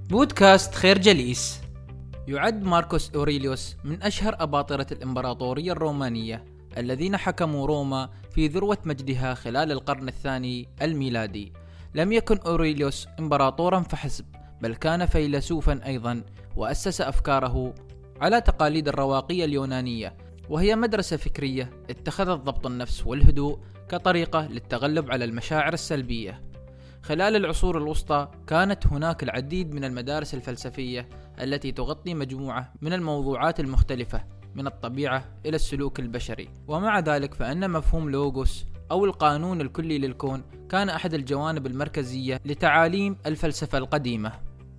بودكاست خير جليس. يعد ماركوس أوريليوس من أشهر أباطرة الإمبراطورية الرومانية الذين حكموا روما في ذروة مجدها خلال القرن الثاني الميلادي. لم يكن أوريليوس إمبراطورا فحسب، بل كان فيلسوفا أيضا، وأسس أفكاره على تقاليد الرواقية اليونانية، وهي مدرسة فكرية اتخذت ضبط النفس والهدوء كطريقة للتغلب على المشاعر السلبية. خلال العصور الوسطى كانت هناك العديد من المدارس الفلسفية التي تغطي مجموعة من الموضوعات المختلفة من الطبيعة إلى السلوك البشري، ومع ذلك فإن مفهوم لوغوس أو القانون الكلي للكون كان أحد الجوانب المركزية لتعاليم الفلسفة القديمة.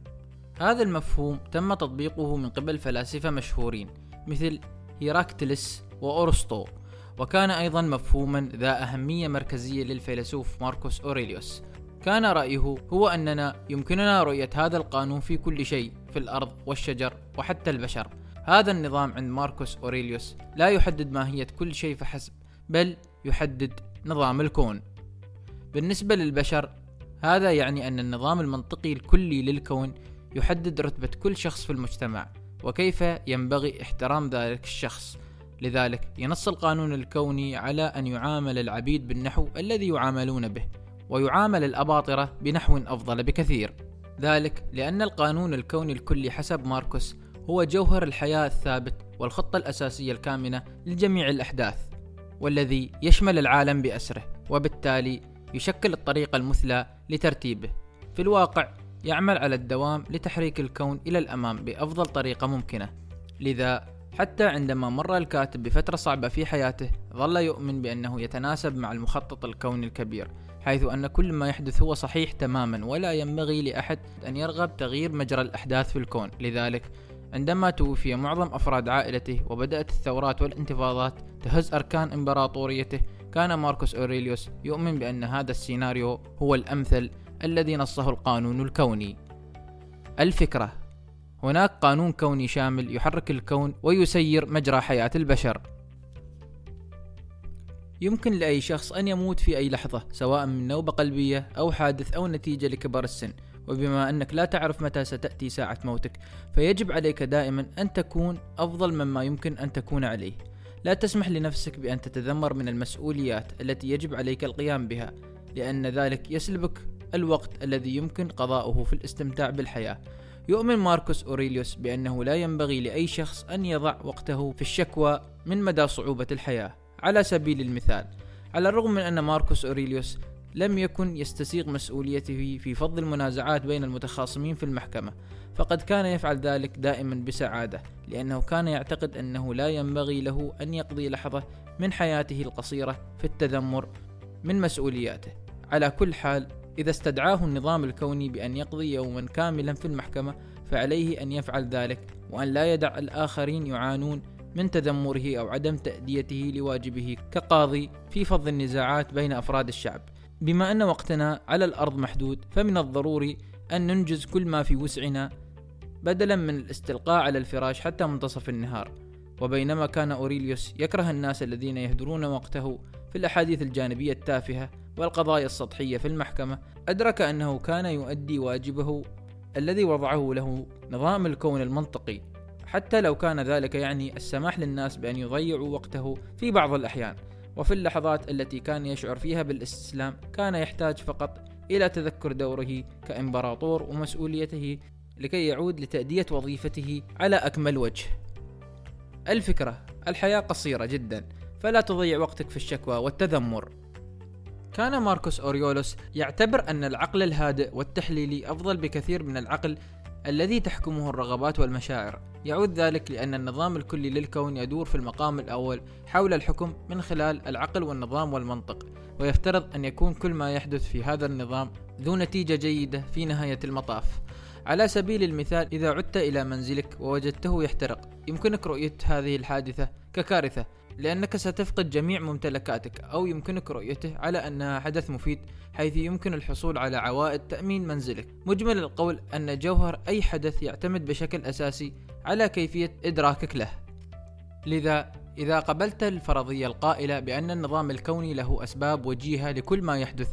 هذا المفهوم تم تطبيقه من قبل فلاسفة مشهورين مثل هيراكتلس وأرسطو، وكان أيضا مفهوما ذا أهمية مركزية للفيلسوف ماركوس أوريليوس. كان رأيه هو أننا يمكننا رؤية هذا القانون في كل شيء في الأرض والشجر وحتى البشر. هذا النظام عند ماركوس أوريليوس لا يحدد ماهية كل شيء فحسب، بل يحدد نظام الكون. بالنسبة للبشر، هذا يعني أن النظام المنطقي الكلي للكون يحدد رتبة كل شخص في المجتمع وكيف ينبغي احترام ذلك الشخص. لذلك ينص القانون الكوني على أن يعامل العبيد بالنحو الذي يعاملون به، ويعامل الأباطرة بنحو أفضل بكثير. ذلك لأن القانون الكوني الكلي حسب ماركوس هو جوهر الحياة الثابت والخطة الأساسية الكامنة لجميع الأحداث، والذي يشمل العالم بأسره، وبالتالي يشكل الطريقة المثلى لترتيبه. في الواقع يعمل على الدوام لتحريك الكون إلى الأمام بأفضل طريقة ممكنة. لذا حتى عندما مر الكاتب بفترة صعبة في حياته، ظل يؤمن بأنه يتناسب مع المخطط الكوني الكبير، حيث أن كل ما يحدث هو صحيح تماما، ولا ينبغي لأحد أن يرغب تغيير مجرى الأحداث في الكون. لذلك عندما توفي معظم أفراد عائلته وبدأت الثورات والانتفاضات تهز أركان إمبراطوريته، كان ماركوس أوريليوس يؤمن بأن هذا السيناريو هو الأمثل الذي نصه القانون الكوني. الفكرة: هناك قانون كوني شامل يحرك الكون ويسير مجرى حياة البشر. يمكن لأي شخص أن يموت في أي لحظة، سواء من نوبة قلبية أو حادث أو نتيجة لكبر السن، وبما أنك لا تعرف متى ستأتي ساعة موتك، فيجب عليك دائما أن تكون أفضل مما يمكن أن تكون عليه. لا تسمح لنفسك بأن تتذمر من المسؤوليات التي يجب عليك القيام بها، لأن ذلك يسلبك الوقت الذي يمكن قضاؤه في الاستمتاع بالحياة. يؤمن ماركوس أوريليوس بأنه لا ينبغي لأي شخص أن يضع وقته في الشكوى من مدى صعوبة الحياة. على سبيل المثال، على الرغم من أن ماركوس أوريليوس لم يكن يستسيغ مسؤوليته في فض المنازعات بين المتخاصمين في المحكمة، فقد كان يفعل ذلك دائما بسعادة، لأنه كان يعتقد أنه لا ينبغي له أن يقضي لحظة من حياته القصيرة في التذمر من مسؤولياته. على كل حال، إذا استدعاه النظام الكوني بأن يقضي يوما كاملا في المحكمة، فعليه أن يفعل ذلك، وأن لا يدع الآخرين يعانون من تذمره أو عدم تأديته لواجبه كقاضي في فض النزاعات بين أفراد الشعب. بما أن وقتنا على الأرض محدود، فمن الضروري أن ننجز كل ما في وسعنا بدلا من الاستلقاء على الفراش حتى منتصف النهار. وبينما كان أوريليوس يكره الناس الذين يهدرون وقته في الأحاديث الجانبية التافهة والقضايا السطحية في المحكمة، أدرك أنه كان يؤدي واجبه الذي وضعه له نظام الكون المنطقي، حتى لو كان ذلك يعني السماح للناس بأن يضيعوا وقته في بعض الأحيان. وفي اللحظات التي كان يشعر فيها بالاستسلام، كان يحتاج فقط إلى تذكر دوره كإمبراطور ومسؤوليته لكي يعود لتأدية وظيفته على أكمل وجه. الفكرة: الحياة قصيرة جدا، فلا تضيع وقتك في الشكوى والتذمر. كان ماركوس أوريليوس يعتبر أن العقل الهادئ والتحليلي أفضل بكثير من العقل الذي تحكمه الرغبات والمشاعر. يعود ذلك لأن النظام الكلي للكون يدور في المقام الأول حول الحكم من خلال العقل والنظام والمنطق، ويفترض أن يكون كل ما يحدث في هذا النظام ذو نتيجة جيدة في نهاية المطاف. على سبيل المثال، إذا عدت إلى منزلك ووجدته يحترق، يمكنك رؤية هذه الحادثة ككارثة لأنك ستفقد جميع ممتلكاتك، أو يمكنك رؤيته على أنها حدث مفيد حيث يمكن الحصول على عوائد تأمين منزلك. مجمل القول أن جوهر أي حدث يعتمد بشكل أساسي على كيفية إدراكك له. لذا إذا قبلت الفرضية القائلة بأن النظام الكوني له أسباب وجيهة لكل ما يحدث،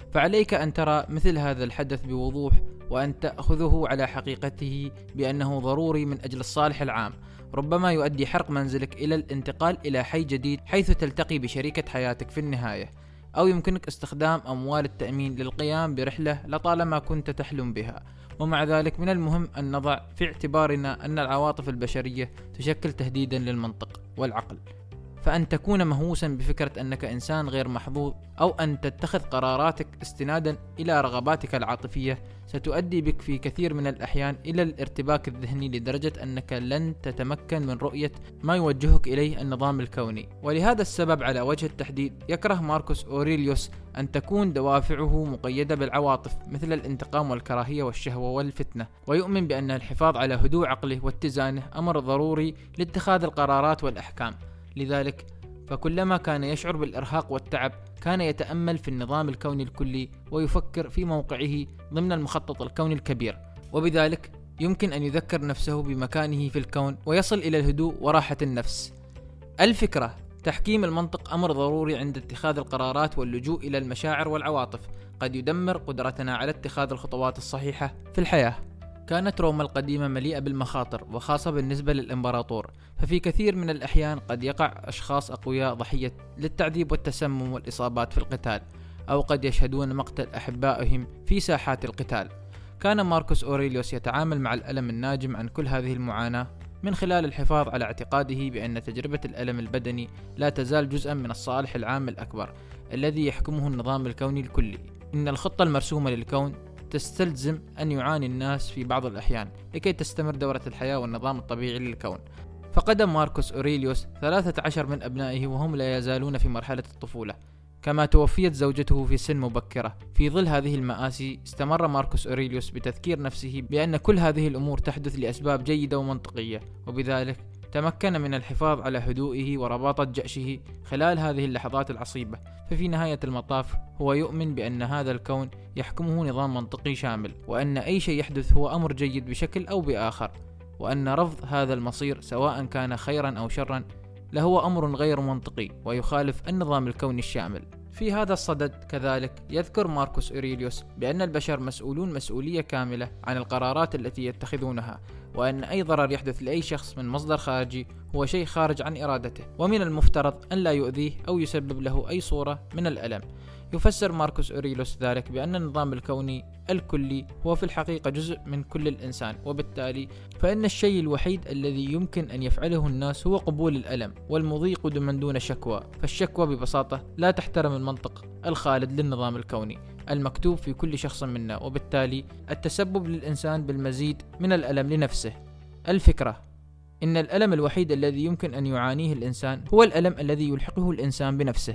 فعليك أن ترى مثل هذا الحدث بوضوح، وأن تأخذه على حقيقته بأنه ضروري من أجل الصالح العام. ربما يؤدي حرق منزلك إلى الانتقال إلى حي جديد حيث تلتقي بشريكة حياتك في النهاية، أو يمكنك استخدام أموال التأمين للقيام برحلة لطالما كنت تحلم بها. ومع ذلك من المهم أن نضع في اعتبارنا أن العواطف البشرية تشكل تهديدا للمنطق والعقل، فأن تكون مهووسا بفكرة أنك إنسان غير محظوظ أو أن تتخذ قراراتك استنادا إلى رغباتك العاطفية ستؤدي بك في كثير من الأحيان إلى الارتباك الذهني لدرجة أنك لن تتمكن من رؤية ما يوجهك إليه النظام الكوني. ولهذا السبب على وجه التحديد يكره ماركوس أوريليوس أن تكون دوافعه مقيدة بالعواطف مثل الانتقام والكراهية والشهوة والفتنة، ويؤمن بأن الحفاظ على هدوء عقله واتزانه أمر ضروري لاتخاذ القرارات والأحكام. لذلك فكلما كان يشعر بالإرهاق والتعب كان يتأمل في النظام الكوني الكلي ويفكر في موقعه ضمن المخطط الكوني الكبير، وبذلك يمكن أن يذكر نفسه بمكانه في الكون ويصل إلى الهدوء وراحة النفس. الفكرة: تحكيم المنطق أمر ضروري عند اتخاذ القرارات، واللجوء إلى المشاعر والعواطف قد يدمر قدرتنا على اتخاذ الخطوات الصحيحة في الحياة. كانت روما القديمة مليئة بالمخاطر، وخاصة بالنسبة للإمبراطور، ففي كثير من الأحيان قد يقع أشخاص أقوياء ضحية للتعذيب والتسمم والإصابات في القتال، أو قد يشهدون مقتل أحبائهم في ساحات القتال. كان ماركوس أوريليوس يتعامل مع الألم الناجم عن كل هذه المعاناة من خلال الحفاظ على اعتقاده بأن تجربة الألم البدني لا تزال جزءا من الصالح العام الأكبر الذي يحكمه النظام الكوني الكلي. إن الخطة المرسومة للكون تستلزم أن يعاني الناس في بعض الأحيان لكي تستمر دورة الحياة والنظام الطبيعي للكون. فقدم ماركوس أوريليوس 13 من أبنائه وهم لا يزالون في مرحلة الطفولة، كما توفيت زوجته في سن مبكرة. في ظل هذه المآسي استمر ماركوس أوريليوس بتذكير نفسه بأن كل هذه الأمور تحدث لأسباب جيدة ومنطقية، وبذلك تمكن من الحفاظ على هدوئه ورباطة جأشه خلال هذه اللحظات العصيبة. ففي نهاية المطاف هو يؤمن بأن هذا الكون يحكمه نظام منطقي شامل، وأن أي شيء يحدث هو أمر جيد بشكل أو بآخر، وأن رفض هذا المصير سواء كان خيرا أو شرا لهو أمر غير منطقي ويخالف النظام الكوني الشامل. في هذا الصدد كذلك يذكر ماركوس أوريليوس بأن البشر مسؤولون مسؤولية كاملة عن القرارات التي يتخذونها، وأن أي ضرر يحدث لأي شخص من مصدر خارجي هو شيء خارج عن إرادته، ومن المفترض أن لا يؤذيه أو يسبب له أي صورة من الألم. يفسر ماركوس أوريليوس ذلك بأن النظام الكوني الكلي هو في الحقيقة جزء من كل الإنسان، وبالتالي فإن الشيء الوحيد الذي يمكن أن يفعله الناس هو قبول الألم والمضي قدما دون شكوى. فالشكوى ببساطة لا تحترم المنطق الخالد للنظام الكوني المكتوب في كل شخص منا، وبالتالي التسبب للإنسان بالمزيد من الألم لنفسه. الفكرة: إن الألم الوحيد الذي يمكن أن يعانيه الإنسان هو الألم الذي يلحقه الإنسان بنفسه.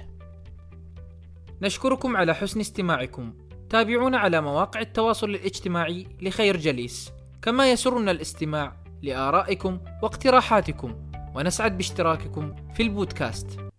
نشكركم على حسن استماعكم. تابعونا على مواقع التواصل الاجتماعي لخير جليس، كما يسرنا الاستماع لآرائكم واقتراحاتكم، ونسعد باشتراككم في البودكاست.